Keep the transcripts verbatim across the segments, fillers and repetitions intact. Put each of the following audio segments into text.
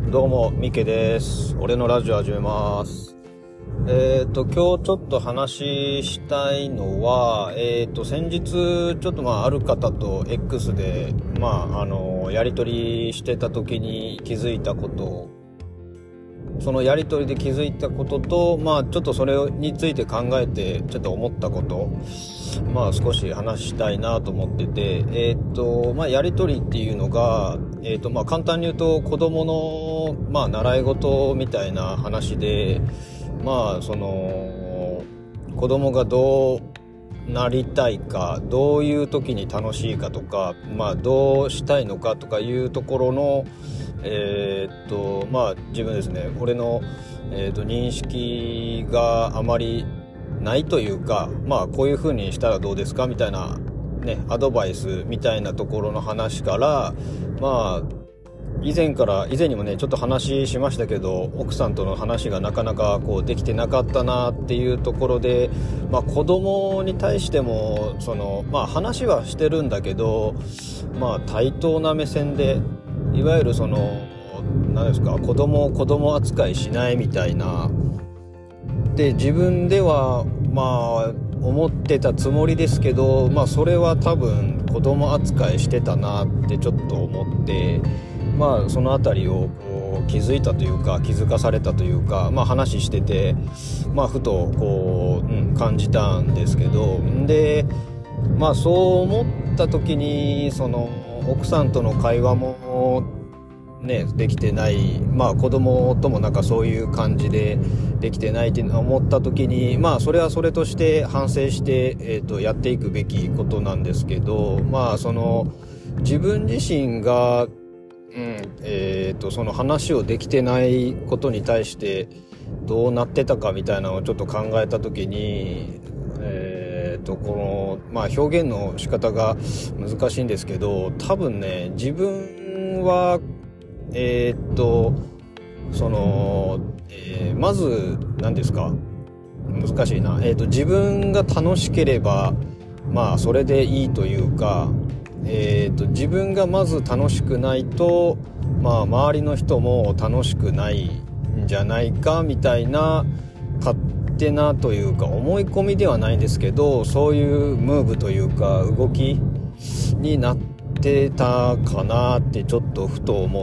どうもミケです。俺のラジオ始めます。えっと今日ちょっと話したいのは、えっと先日ちょっとまあある方と X でまああのやり取りしてた時に気づいたこと、そのやり取りで気づいたことと、まあちょっとそれについて考えてちょっと思ったこと、まあ少し話したいなと思ってて、えっとまあやり取りっていうのが、えっとまあ簡単に言うと子供のまあ習い事みたいな話で、まあその子供がどうなりたいか、どういう時に楽しいかとか、まあどうしたいのかとかいうところのえー、っとまあ自分ですね、俺の、えー、っと認識があまりないというか、まあこういう風にしたらどうですかみたいなね、アドバイスみたいなところの話から、まあ以前から以前にもねちょっと話しましたけど、奥さんとの話がなかなかこうできてなかったなっていうところで、まあ子供に対してもそのまあ話はしてるんだけど、まあ対等な目線で、いわゆるその何ですか、子供を子供扱いしないみたいなで自分ではまあ思ってたつもりですけど、まあそれは多分子供扱いしてたなってちょっと思って、まあそのあたりをこう気づいたというか気づかされたというか、まあ話しててまあふとこう、うん、感じたんですけど、でまあそう思った時にその奥さんとの会話もねできてない、まあ子供ともなんかそういう感じでできてないって思った時に、まあそれはそれとして反省して、えーとやっていくべきことなんですけど、まあその自分自身が、うんえーとその話をできてないことに対してどうなってたかみたいなのをちょっと考えた時に、えーとこのまあ表現の仕方が難しいんですけど、多分ね自分はえー、っとその、えー、まず何ですか、難しいな、えー、っと自分が楽しければまあそれでいいというか、えー、っと自分がまず楽しくないとまあ周りの人も楽しくないんじゃないかみたいな勝手なというか思い込みではないんですけど、そういうムーブというか動きになっててたかなってちょっとふと思って、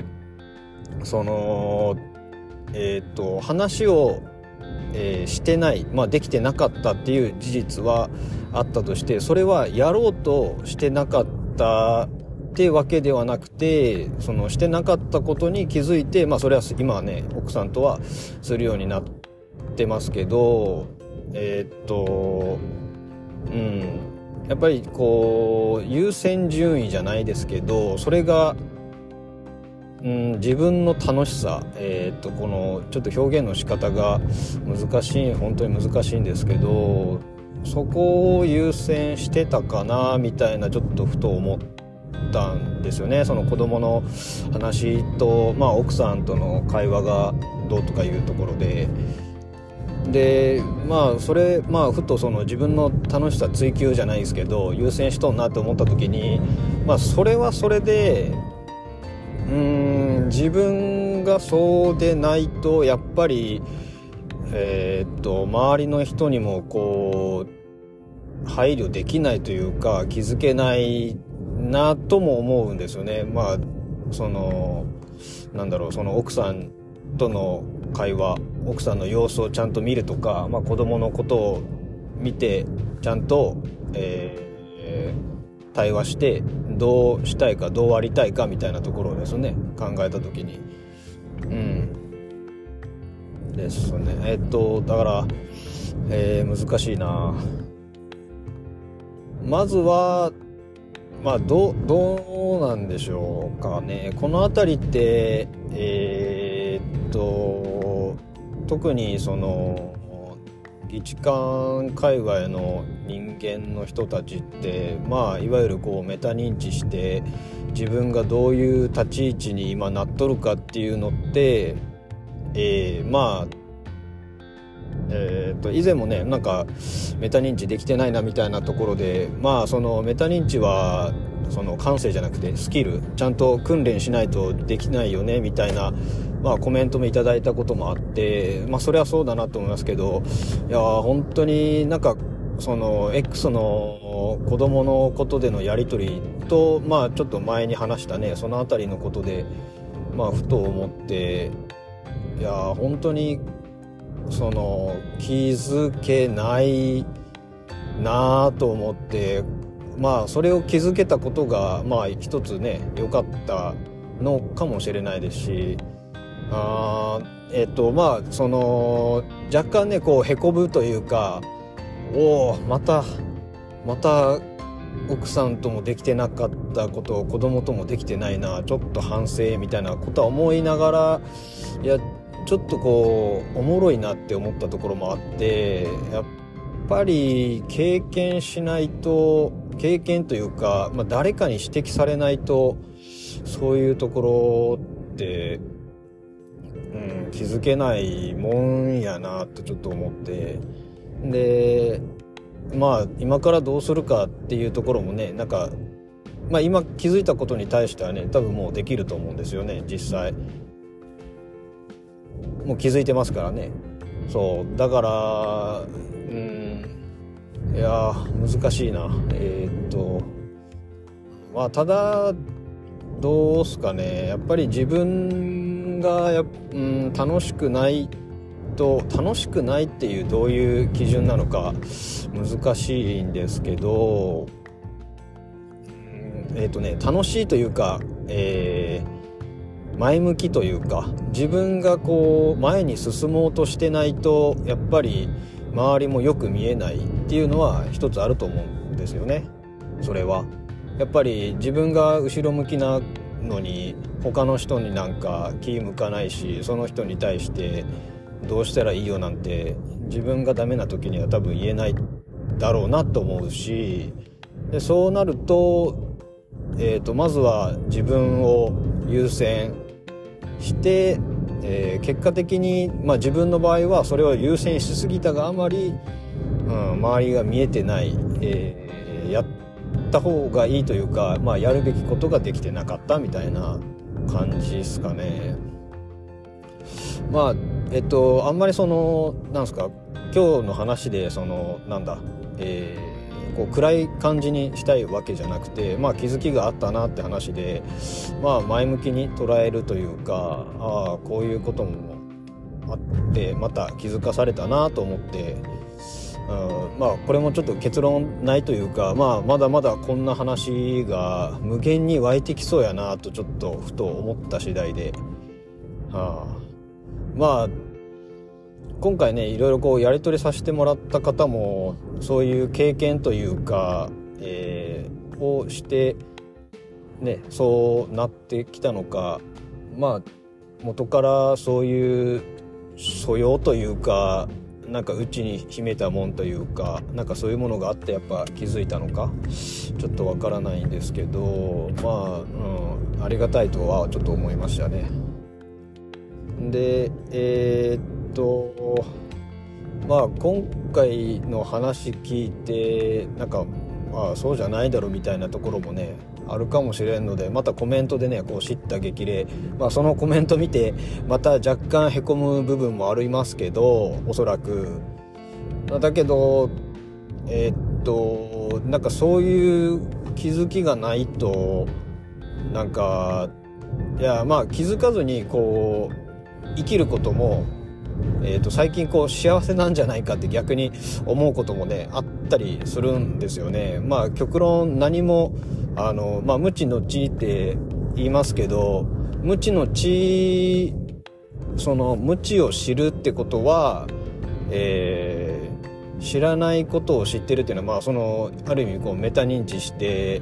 そのえっと話を、えーしてない、まあできてなかったっていう事実はあったとして、それはやろうとしてなかったってわけではなくて、そのしてなかったことに気づいて、まあそれは今はね奥さんとはするようになってますけど、えっとうんやっぱりこう優先順位じゃないですけど、それが、うん、自分の楽しさ、えー、っとこのちょっと表現の仕方が難しい、本当に難しいんですけど、そこを優先してたかなみたいなちょっとふと思ったんですよね。その子供の話と、まあ、奥さんとの会話がどうとかいうところで。でまあそれまあふとその自分の楽しさ追求じゃないですけど優先しとんなって思った時に、まあそれはそれでうーん自分がそうでないとやっぱりえー、っと周りの人にもこう配慮できないというか気づけないなとも思うんですよね。まあそのなんだろう、その奥さんとの会話、奥さんの様子をちゃんと見るとか、まあ、子供のことを見てちゃんと、えー、対話してどうしたいかどうありたいかみたいなところですね、考えた時にうんですね。えっとだから、えー、難しいな。まずはまあどうどうなんでしょうかね、このあたりってえー、っと特にその議事館界隈の人間の人たちってまあいわゆるこうメタ認知して自分がどういう立ち位置に今なっとるかっていうのって、えー、まあえー、と以前もねなんかメタ認知できてないなみたいなところで、まあそのメタ認知はその感性じゃなくてスキル、ちゃんと訓練しないとできないよねみたいな、まあ、コメントもいただいたこともあって、まあそれはそうだなと思いますけど、いや本当になんかその X の子供のことでのやり取りと、まあちょっと前に話したねそのあたりのことで、まあふと思って、いや本当にその気づけないなぁと思って、まあそれを気づけたことがまあ一つね良かったのかもしれないですし、あえっとまあその若干ねこうへこむというか、おおまたまた奥さんともできてなかったことを子供ともできてないな、ちょっと反省みたいなことは思いながら、いやちょっとこうおもろいなって思ったところもあって、やっぱり経験しないと、経験というか、まあ、誰かに指摘されないとそういうところって、うん、気づけないもんやなとちょっと思って、でまあ今からどうするかっていうところもね、なんか、まあ、今気づいたことに対してはね多分もうできると思うんですよね。実際もう気づいてますからね。そうだからうんいや難しいな。えー、っとまあただどうすかね、やっぱり自分がや、うん、楽しくないと、楽しくないっていうどういう基準なのか難しいんですけど、うんえー、っとね楽しいというか、えー前向きというか、自分がこう前に進もうとしてないとやっぱり周りもよく見えないっていうのは一つあると思うんですよね。それはやっぱり自分が後ろ向きなのに他の人になんか気向かないし、その人に対してどうしたらいいよなんて自分がダメな時には多分言えないだろうなと思うし、でそうなると、えーとまずは自分を優先して、えー、結果的に、まあ、自分の場合はそれを優先しすぎたがあまり、うん、周りが見えてない、えー、やった方がいいというか、まあ、やるべきことができてなかったみたいな感じですかね。まあえっとあんまりそのなんですか、今日の話でそのなんだ、えーこう暗い感じにしたいわけじゃなくて、まあ、気づきがあったなって話で、まあ、前向きに捉えるというか、ああこういうこともあってまた気づかされたなと思って、うん、まあこれもちょっと結論ないというか、まあ、まだまだこんな話が無限に湧いてきそうやなとちょっとふと思った次第で、はあ、まあ今回ねいろいろこうやり取りさせてもらった方もそういう経験というか、えー、をしてねそうなってきたのか、まあ元からそういう素養というか、なんか内に秘めたもんというか、なんかそういうものがあってやっぱ気づいたのかちょっとわからないんですけど、まあ、うん、ありがたいとはちょっと思いましたね。でえー、っとまあ今回の話聞いてなんか、まあ、そうじゃないだろみたいなところもねあるかもしれんので、またコメントでねこう知った激励、まあ、そのコメント見てまた若干へこむ部分もありますけど、おそらくだけどえー、っとなんかそういう気づきがないとなんかいやまあ気づかずにこう生きることも、えー、と最近こう幸せなんじゃないかって逆に思うこともねあったりするんですよね。まあ極論何もあの、まあ、無知の知って言いますけど、無知の知その無知を知るってことは、えー、知らないことを知ってるっていうのは、まあ、そのある意味こうメタ認知して、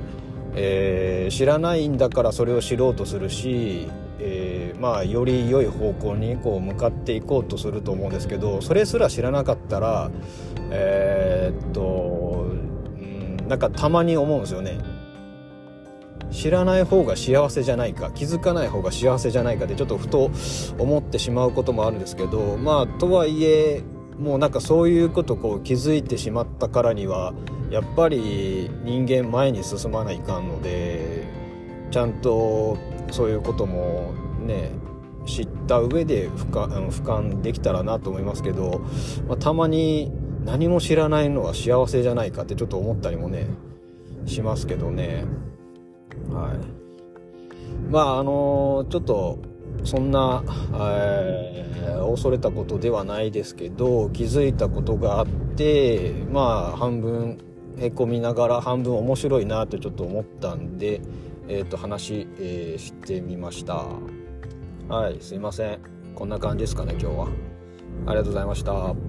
えー、知らないんだからそれを知ろうとするし、えー、まあより良い方向にこう向かっていこうとすると思うんですけど、それすら知らなかったらえー、っと、うん、なんかたまに思うんですよね。知らない方が幸せじゃないか、気づかない方が幸せじゃないかってちょっとふと思ってしまうこともあるんですけど、まあとはいえもうなんかそういうことこう気づいてしまったからにはやっぱり人間前に進まないかんので、ちゃんとそういうこともね知った上で俯瞰、俯瞰できたらなと思いますけど、まあ、たまに何も知らないのは幸せじゃないかってちょっと思ったりもねしますけどね。はい。まああのちょっとそんな、えー、恐れたことではないですけど、気づいたことがあって、まあ半分へこみながら半分面白いなとちょっと思ったんで、えー、と話、えー、してみました。はい、すいません。こんな感じですかね今日は。ありがとうございました。